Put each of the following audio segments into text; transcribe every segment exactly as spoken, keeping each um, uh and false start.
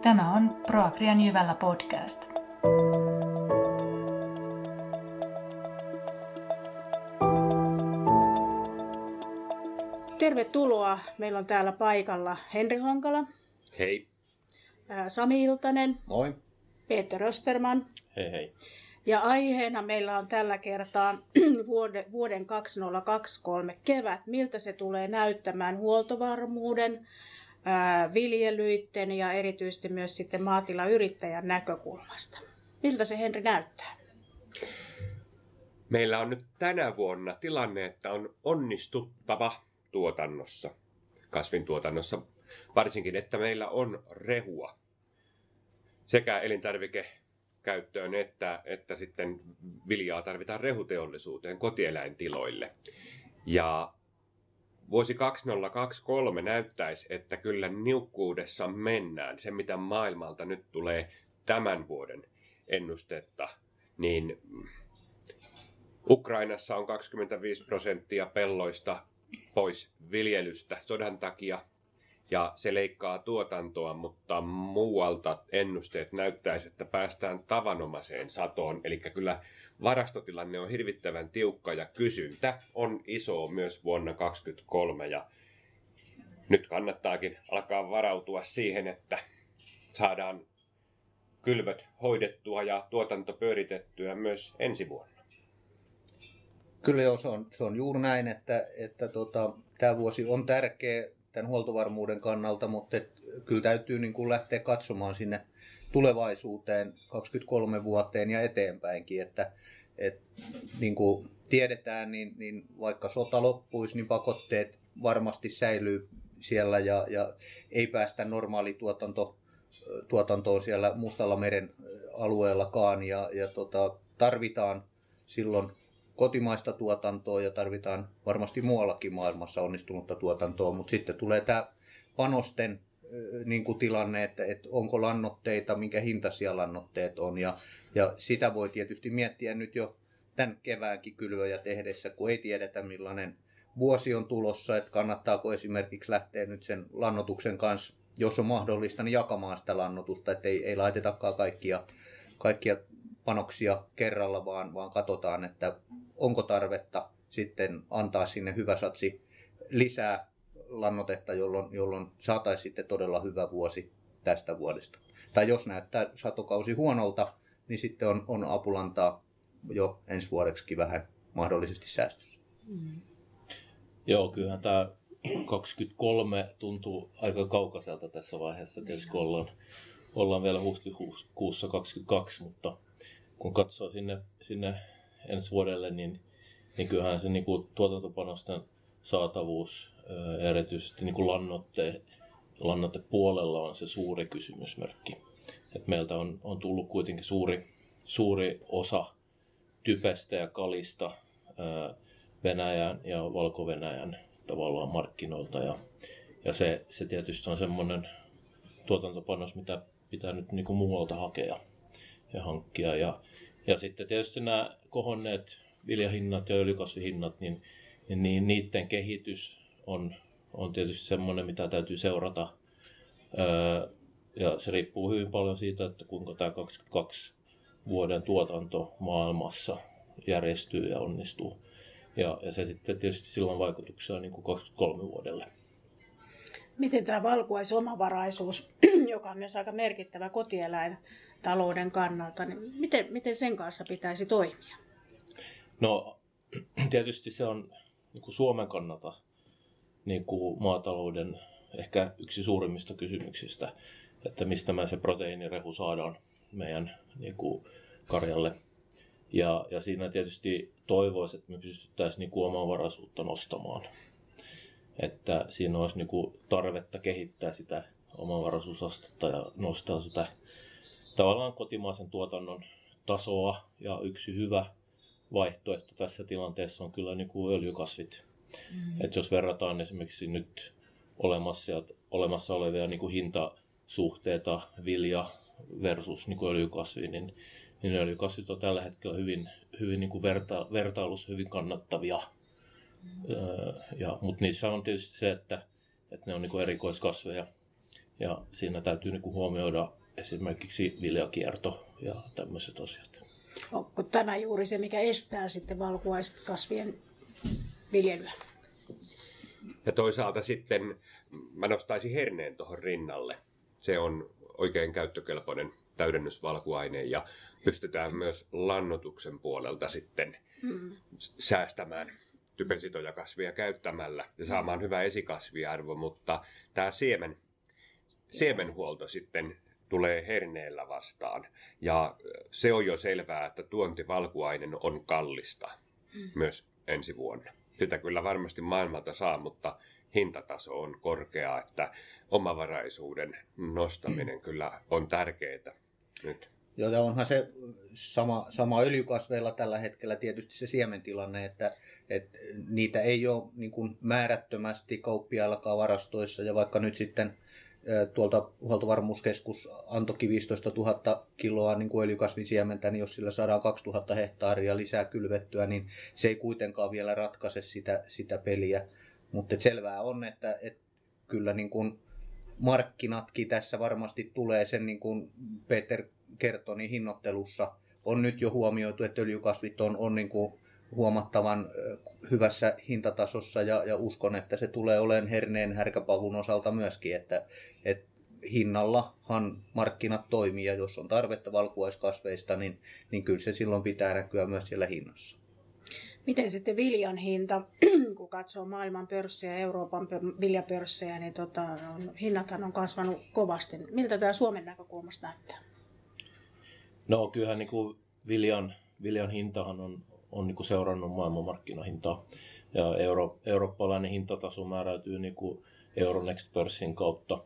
Tämä on ProAgrian Jyvällä podcast. Tervetuloa. Meillä on täällä paikalla Henri Honkala. Hei. Sami Iltanen. Moi. Peter Österman. Hei hei. Ja aiheena meillä on tällä kertaa vuoden kaksituhattakaksikymmentäkolme kevät. Miltä se tulee näyttämään huoltovarmuuden, viljelyiden ja erityisesti myös sitten maatilayrittäjän näkökulmasta. Miltä se, Henri, näyttää? Meillä on nyt tänä vuonna tilanne, että on onnistuttava tuotannossa, kasvintuotannossa, varsinkin, että meillä on rehua sekä elintarvikekäyttöön että, että sitten viljaa tarvitaan rehuteollisuuteen, kotieläintiloille. Ja vuosi kaksituhattakaksikymmentäkolme näyttäisi, että kyllä niukkuudessa mennään. Se, mitä maailmalta nyt tulee tämän vuoden ennustetta, niin Ukrainassa on kaksikymmentäviisi prosenttia pelloista pois viljelystä sodan takia, ja se leikkaa tuotantoa, mutta muualta ennusteet näyttäisi, että päästään tavanomaiseen satoon. Eli kyllä varastotilanne on hirvittävän tiukka ja kysyntä on iso myös vuonna kaksituhattakaksikymmentäkolme. Ja nyt kannattaakin alkaa varautua siihen, että saadaan kylvöt hoidettua ja tuotanto pyöritettyä myös ensi vuonna. Kyllä joo, se on, se on juuri näin, että, että tota, tämä vuosi on tärkeä tämän huoltovarmuuden kannalta, mutta et, kyllä täytyy niin kuin lähteä katsomaan sinne tulevaisuuteen, kaksikymmentäkolme vuoteen ja eteenpäinkin, että et, niin kuin tiedetään, niin, niin vaikka sota loppuisi, niin pakotteet varmasti säilyy siellä ja, ja ei päästä normaali tuotanto, tuotantoon siellä Mustalla meren alueellakaan ja, ja tota, tarvitaan silloin kotimaista tuotantoa ja tarvitaan varmasti muuallakin maailmassa onnistunutta tuotantoa, mutta sitten tulee tämä panosten niin kuin tilanne, että, että onko lannoitteita, minkä hintaisia lannoitteet on ja, ja sitä voi tietysti miettiä nyt jo tämän keväänkin kylvöjä tehdessä, kun ei tiedetä millainen vuosi on tulossa, että kannattaako esimerkiksi lähteä nyt sen lannoituksen kanssa, jos on mahdollista, niin jakamaan sitä lannoitusta, että ei, ei laitetakaan kaikkia, kaikkia panoksia kerralla, vaan, vaan katsotaan, että onko tarvetta sitten antaa sinne hyvä satsi lisää lannoitetta, jolloin, jolloin saataisiin sitten todella hyvä vuosi tästä vuodesta. Tai jos näyttää satokausi huonolta, niin sitten on, on apulantaa jo ensi vuodeksikin vähän mahdollisesti säästössä. Mm. Joo, kyllähän tämä kaksikymmentäkolme tuntuu aika kaukaiselta tässä vaiheessa, tietysti kun ollaan, ollaan vielä huhtikuussa kaksikymmentäkaksi, mutta kun katsoo sinne, sinne ensi vuodelle, niin, niin kyllähän se niin kuin tuotantopanosten saatavuus, erityisesti niin kuin lannoitte, lannoittepuolella on se suuri kysymysmerkki. Et meiltä on, on tullut kuitenkin suuri, suuri osa typestä ja kalista Venäjän ja Valko-Venäjän tavallaan markkinoilta. Ja, ja se, se tietysti on semmoinen tuotantopanos, mitä pitää nyt niin kuin muualta hakea ja hankkia. Ja, ja sitten tietysti nämä kohonneet viljahinnat ja öljykasvihinnat, niin, niin niiden kehitys on, on tietysti semmoinen, mitä täytyy seurata. Öö, ja se riippuu hyvin paljon siitä, että kuinka tämä kaksikymmentäkaksi vuoden tuotanto maailmassa järjestyy ja onnistuu. Ja, ja se sitten tietysti silloin vaikutuksia niin kuin kaksikymmentäkolme vuodelle. Miten tämä valkuaisomavaraisuus, joka on myös aika merkittävä kotieläintalouden kannalta, niin miten, miten sen kanssa pitäisi toimia? No tietysti se on niin kuin Suomen kannalta niin kuin maatalouden ehkä yksi suurimmista kysymyksistä, että mistä me se proteiinirehu saadaan meidän niin kuin karjalle. Ja, ja siinä tietysti toivoisi, että me pystyttäisiin niin kuin omavaraisuutta nostamaan. Että siinä olisi niin kuin tarvetta kehittää sitä omavaraisuusastetta ja nostaa sitä tavallaan kotimaisen tuotannon tasoa. Ja yksi hyvä vaihtoehto tässä tilanteessa on kyllä niin kuin öljykasvit. Mm-hmm. Että jos verrataan esimerkiksi nyt olemassa, olemassa olevia niin kuin hintasuhteita vilja versus niin kuin öljykasvi, niin, niin öljykasvit on tällä hetkellä hyvin, hyvin niin kuin verta, vertailussa hyvin kannattavia. Mm-hmm. Ja, mutta niissä on tietysti se, että, että ne on niin kuin erikoiskasveja. ja siinä täytyy niin kuin huomioida esimerkiksi viljakierto ja tämmöiset asiat. Onko tämä juuri se, mikä estää sitten valkuaiskasvien viljelyä? Ja toisaalta sitten mä nostaisin herneen tuohon rinnalle. Se on oikein käyttökelpoinen täydennysvalkuaine ja pystytään myös lannoituksen puolelta sitten mm. säästämään typensitojakasvia käyttämällä ja saamaan hyvä esikasviarvo, mutta tämä siemen, siemenhuolto sitten tulee herneellä vastaan. Ja se on jo selvää, että tuontivalkuainen on kallista mm. myös ensi vuonna. Sitä kyllä varmasti maailmalta saa, mutta hintataso on korkea, että omavaraisuuden nostaminen kyllä on tärkeää nyt. Joo, ja onhan se sama, sama öljykasveilla tällä hetkellä tietysti se siementilanne, että, että niitä ei ole niin kuin määrättömästi kauppiaillakaan varastoissa, ja vaikka nyt sitten tuolta huoltovarmuuskeskus antoikin viisitoista tuhatta kiloa niin kuin öljykasvisiementä, niin jos sillä saadaan kaksituhatta hehtaaria lisää kylvettyä, niin se ei kuitenkaan vielä ratkaise sitä, sitä peliä. Mutta selvää on, että, että kyllä niin kuin markkinatkin tässä varmasti tulee sen, niin kuin Peter kertoi, niin hinnoittelussa on nyt jo huomioitu, että öljykasvit on, on niin kuin huomattavan hyvässä hintatasossa ja, ja uskon, että se tulee olemaan herneen härkäpavun osalta myöskin, että, että hinnallahan markkinat toimii ja jos on tarvetta valkuaiskasveista, niin, niin kyllä se silloin pitää näkyä myös siellä hinnassa. Miten sitten viljan hinta, kun katsoo maailman pörssejä ja Euroopan viljapörssejä, niin tota, on, hinnathan on kasvanut kovasti. Miltä tämä Suomen näkökulmasta näyttää? No kyllähän niin kuin viljan, viljan hintahan on, on niin kuin seurannut maailmanmarkkinahintaa. Ja euro, eurooppalainen hintataso määräytyy niin kuin Euronext-pörssin kautta.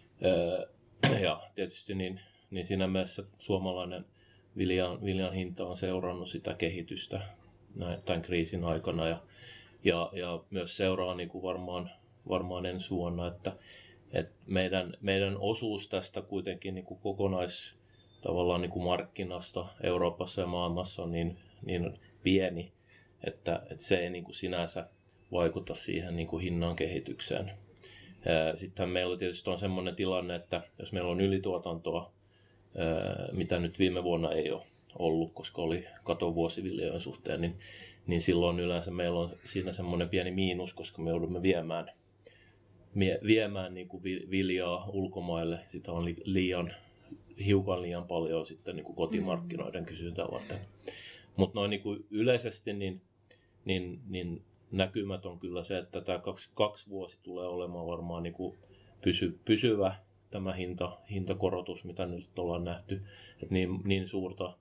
Ja tietysti niin, niin siinä mielessä suomalainen viljan, viljan hinta on seurannut sitä kehitystä tämän kriisin aikana ja, ja, ja myös seuraa niin kuin varmaan, varmaan ensi vuonna, että, että meidän, meidän osuus tästä kuitenkin niin kuin kokonais tavallaan niin kuin markkinasta Euroopassa ja maailmassa on niin, niin pieni, että, että se ei niin kuin sinänsä vaikuta siihen niin kuin hinnan kehitykseen. Sitten meillä tietysti on sellainen tilanne, että jos meillä on ylituotantoa, mitä nyt viime vuonna ei ole ollut, koska oli katovuosi viljojen suhteen, niin, niin silloin yleensä meillä on siinä semmoinen pieni miinus, koska me joudumme viemään, viemään niin kuin viljaa ulkomaille. Sitä on liian, hiukan liian paljon sitten niin kuin kotimarkkinoiden kysyntää varten. Mutta noin niin kuin yleisesti niin, niin, niin näkymät on kyllä se, että tämä kaksi, kaksi vuosi tulee olemaan varmaan niin kuin pysy, pysyvä tämä hinta, hintakorotus, mitä nyt ollaan nähty. Et niin, niin suurta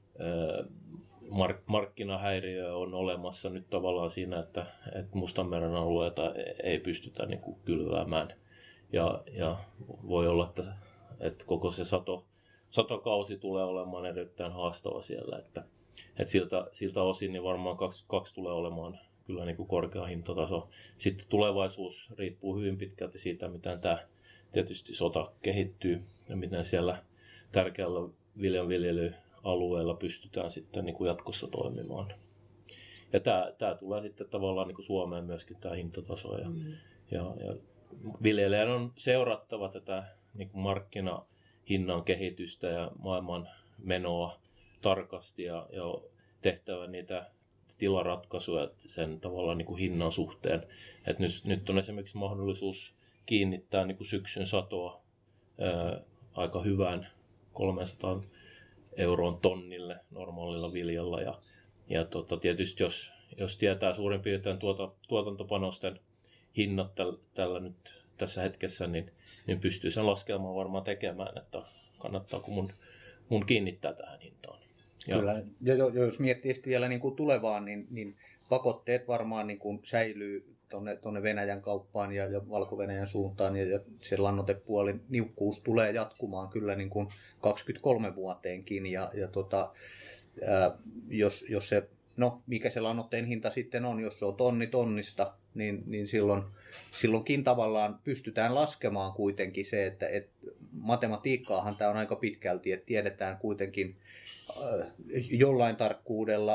Mark- markkinahäiriö on olemassa nyt tavallaan siinä, että, että Mustanmeren alueita ei pystytä niin kuin kylväämään. Ja, ja voi olla, että, että koko se sato, satokausi tulee olemaan erittäin haastava siellä. Että, että siltä, siltä osin niin varmaan kaksi, kaksi tulee olemaan kyllä niin kuin korkea hintataso. Sitten tulevaisuus riippuu hyvin pitkälti siitä, miten tämä tietysti sota kehittyy ja miten siellä tärkeällä viljanviljely alueella pystytään sitten niin kuin jatkossa toimimaan. Ja tämä, tämä tulee sitten tavallaan niin kuin Suomeen myöskin tämä hintataso. Ja, mm. ja, ja viljelijän on seurattava tätä niin kuin markkinahinnan kehitystä ja maailman menoa tarkasti ja, ja tehtävä niitä tilaratkaisuja sen tavallaan niin kuin hinnan suhteen. Et nyt, nyt on esimerkiksi mahdollisuus kiinnittää niin kuin syksyn satoa ää, aika hyvään kolmesataa euroon tonnille normaalilla viljalla. Ja, ja tota, tietysti jos, jos tietää suurin piirtein tuota, tuotantopanosten hinnat täl, tällä nyt tässä hetkessä, niin, niin pystyy sen laskelman varmaan tekemään, että kannattaako mun, mun kiinnittää tähän hintaan. Ja, Kyllä, ja jos miettii sitten vielä niin kuin tulevaan, niin, niin pakotteet varmaan niin kuin säilyy tuonne, tuonne Venäjän kauppaan ja, ja Valko-Venäjän suuntaan, ja, ja se lannoitepuolin niukkuus tulee jatkumaan kyllä niin kuin kaksikymmentäkolme vuoteenkin, ja, ja tota, ää, jos, jos se, no mikä se lannoitteen hinta sitten on, jos se on tonni tonnista, niin, niin silloin, silloinkin tavallaan pystytään laskemaan kuitenkin se, että et matematiikkaahan tämä on aika pitkälti, että tiedetään kuitenkin äh, jollain tarkkuudella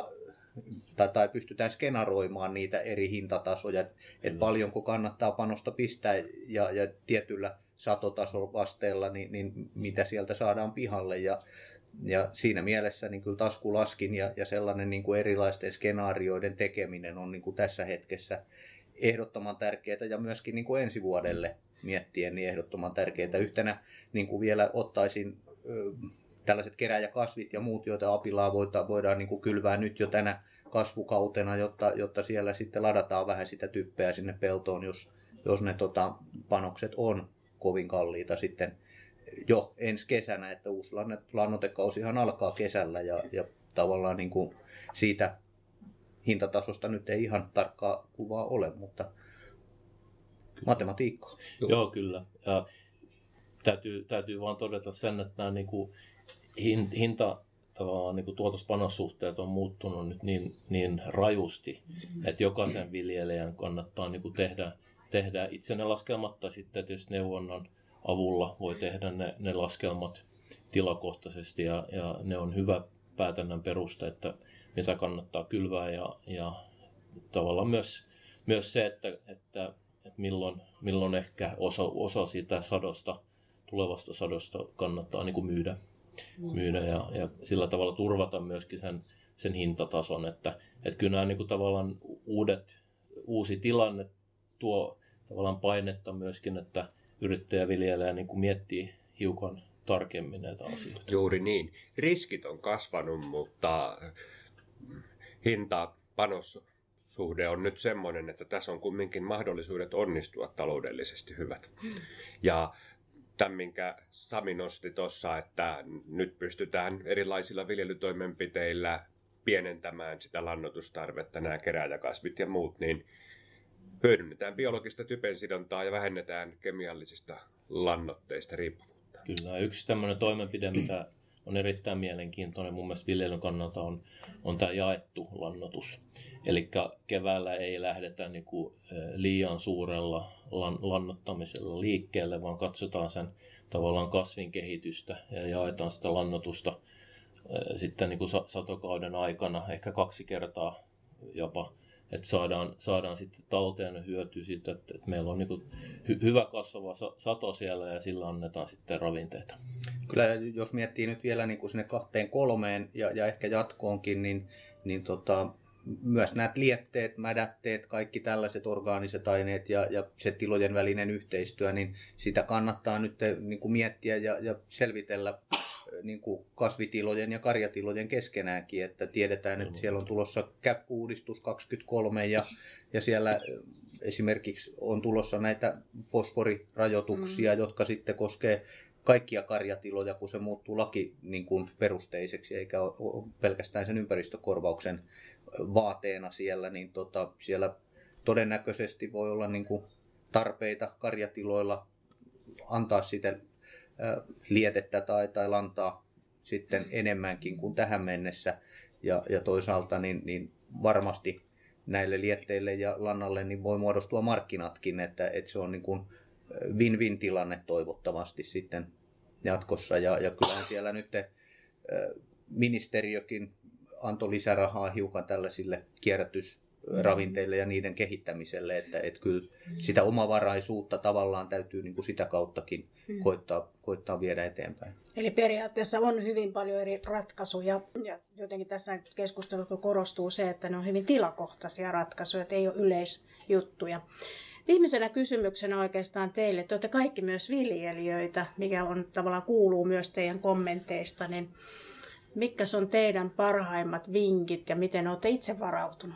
tai, tai pystytään skenaroimaan niitä eri hintatasoja, että et paljonko kannattaa panosta pistää ja, ja tietyllä satotasovasteella, niin, niin mitä sieltä saadaan pihalle. Ja, ja siinä mielessä niin kyllä taskulaskin ja, ja sellainen niin kuin erilaisten skenaarioiden tekeminen on niin kuin tässä hetkessä ehdottoman tärkeää ja myöskin niin kuin ensi vuodelle miettien niin ehdottoman tärkeää. Yhtenä niin kuin vielä ottaisin ö, tällaiset kerääjäkasvit ja muut, joita apilaa voidaan, voidaan niin kuin kylvää nyt jo tänä kasvukautena, jotta, jotta siellä sitten ladataan vähän sitä typpeä sinne peltoon, jos, jos ne tota, panokset on kovin kalliita sitten jo ensi kesänä, että uusi lannoitekausihan alkaa kesällä ja, ja tavallaan niin kuin siitä hintatasosta nyt ei ihan tarkkaa kuvaa ole, mutta matematiikkaa. Joo, Joo kyllä. Ja täytyy, täytyy vaan todeta sen, että nämä niin kuin hinta tavallaan niin kuin tuotos-panossuhteet on muuttunut nyt niin, niin rajusti, että jokaisen viljelijän kannattaa niin kuin tehdä, tehdä itse ne laskelmat tai sitten tietysti neuvonnan avulla voi tehdä ne, ne laskelmat tilakohtaisesti ja, ja ne on hyvä päätännän peruste, että mitä kannattaa kylvää ja, ja tavallaan myös, myös se, että, että, että milloin, milloin ehkä osa, osa siitä sadosta, tulevasta sadosta kannattaa niin kuin myydä, myydä ja, ja sillä tavalla turvata myöskin sen, sen hintatason, että, että kyllä nämä niin kuin tavallaan uudet, uusi tilanne tuo tavallaan painetta myöskin, että yrittäjä viljelijä niin kuin miettii hiukan tarkemmin näitä asioita. Juuri niin. Riskit on kasvanut, mutta hinta-panossuhde on nyt semmoinen, että tässä on kumminkin mahdollisuudet onnistua taloudellisesti hyvät. Ja tämän, minkä Sami nosti tuossa, että nyt pystytään erilaisilla viljelytoimenpiteillä pienentämään sitä lannoitustarvetta, nämä kerääjäkasvit ja muut, niin hyödynnetään biologista typensidontaa ja vähennetään kemiallisista lannoitteista riippuvuutta. Kyllä, yksi tämmöinen toimenpide, mitä on erittäin mielenkiintoinen mun mielestä viljelyn kannalta on, on tämä jaettu lannoitus. Eli keväällä ei lähdetä niinku liian suurella lannoittamisella liikkeelle, vaan katsotaan sen tavallaan kasvin kehitystä ja jaetaan sitä lannoitusta sitten niinku satokauden aikana ehkä kaksi kertaa jopa. Että saadaan, saadaan sitten talteen hyötyä siitä, että, että meillä on niin hy, hyvä kasvava sato siellä ja sillä annetaan sitten ravinteita. Kyllä jos miettii nyt vielä niin kuin sinne kahteen kolmeen ja, ja ehkä jatkoonkin, niin, niin tota, myös nämä lietteet, mädätteet, kaikki tällaiset orgaaniset aineet ja, ja se tilojen välinen yhteistyö, niin sitä kannattaa nyt niin kuin miettiä ja, ja selvitellä niin kuin kasvitilojen ja karjatilojen keskenäänkin, että tiedetään, että siellä on tulossa C A P-uudistus kaksikymmentäkolme ja, ja siellä esimerkiksi on tulossa näitä fosforirajoituksia, mm. jotka sitten koskee kaikkia karjatiloja, kun se muuttuu laki niin kuin perusteiseksi eikä ole pelkästään sen ympäristökorvauksen vaateena siellä, niin tota, siellä todennäköisesti voi olla niin kuin tarpeita karjatiloilla antaa sitä lietettä tai, tai lantaa sitten enemmänkin kuin tähän mennessä. Ja, ja toisaalta niin, niin varmasti näille lietteille ja lannalle niin voi muodostua markkinatkin, että, että se on niin kuin win-win tilanne toivottavasti sitten jatkossa. Ja, ja kyllähän siellä nyt ministeriökin antoi lisärahaa hiukan tällaisille kierrätysravinteille ja niiden kehittämiselle, että, että kyllä sitä omavaraisuutta tavallaan täytyy niin kuin sitä kauttakin koittaa, koittaa viedä eteenpäin. Eli periaatteessa on hyvin paljon eri ratkaisuja ja jotenkin tässä keskustelussa korostuu se, että ne on hyvin tilakohtaisia ratkaisuja, että ei ole yleisjuttuja. Viimeisenä kysymyksenä oikeastaan teille, te olette kaikki myös viljelijöitä, mikä on tavallaan kuuluu myös teidän kommenteista, niin mitkä on teidän parhaimmat vinkit ja miten olette itse varautunut?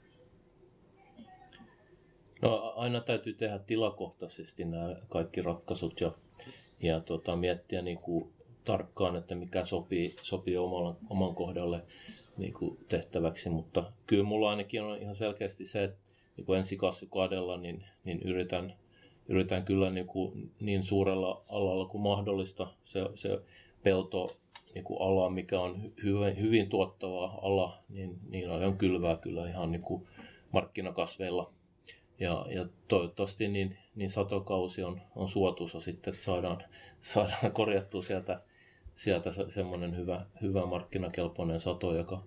No aina täytyy tehdä tilakohtaisesti nämä kaikki ratkaisut ja, ja tota, miettiä niin kuin tarkkaan, että mikä sopii, sopii oman, oman kohdalle niin kuin tehtäväksi, mutta kyllä mulla ainakin on ihan selkeästi se, että niin kuin ensikasvukaudella niin, niin yritän, yritän kyllä niin, kuin niin suurella alalla kuin mahdollista se, se pelto niin kuin ala, mikä on hyvin, hyvin tuottava ala, niin, niin aion kylvää kyllä ihan niin kuin markkinakasveilla. Ja, ja toivottavasti niin, niin satokausi on, on suotuisa sitten, että saadaan, saadaan korjattua sieltä, sieltä se, semmoinen hyvä, hyvä markkinakelpoinen sato, joka,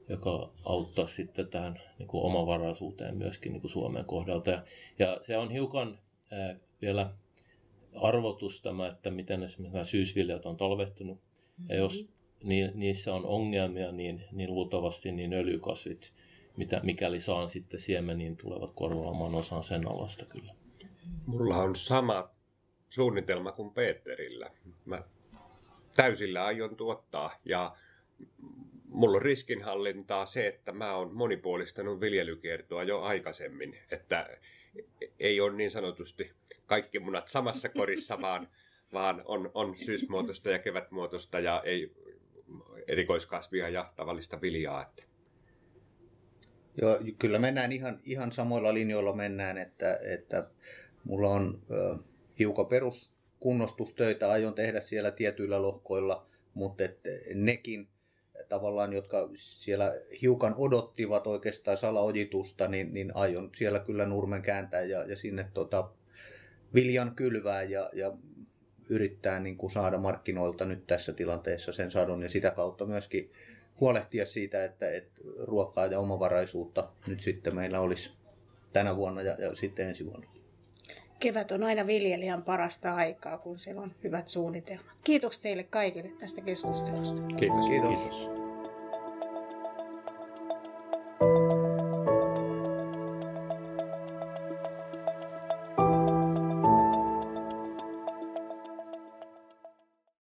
joka auttaa sitten tähän niin kuin omavaraisuuteen myöskin niin kuin Suomen kohdalta. Ja, ja se on hiukan ää, vielä arvotus tämä, että miten esimerkiksi nämä syysviljat on talvehtunut. Mm-hmm. Ja jos ni, niissä on ongelmia, niin, niin luultavasti niin öljykasvit, mitä, mikäli saan sitten siemeniin, tulevat korvaamaan osan sen alasta kyllä. Mulla on sama suunnitelma kuin Peterillä. Mä täysillä aion tuottaa ja mulla on riskinhallintaa se, että mä oon monipuolistanut viljelykiertoa jo aikaisemmin, että ei ole niin sanotusti kaikki munat samassa korissa, vaan, vaan on, on syysmuotoista ja kevätmuotoista ja ei erikoiskasvia ja tavallista viljaa. Että. Joo, kyllä mennään ihan, ihan samoilla linjoilla mennään, että, että mulla on ö, hiukan peruskunnostustöitä, aion tehdä siellä tietyillä lohkoilla, mutta et nekin tavallaan, jotka siellä hiukan odottivat oikeastaan salaojitusta, niin, niin aion siellä kyllä nurmen kääntää ja, ja sinne tota, viljan kylvää ja, ja yrittää niin kuin saada markkinoilta nyt tässä tilanteessa sen sadon ja sitä kautta myöskin huolehtia siitä, että, että ruokaa ja omavaraisuutta nyt sitten meillä olisi tänä vuonna ja, ja sitten ensi vuonna. Kevät on aina viljelijän parasta aikaa, kun siellä on hyvät suunnitelmat. Kiitos teille kaikille tästä keskustelusta. Kiitos. Kiitos. Kiitos.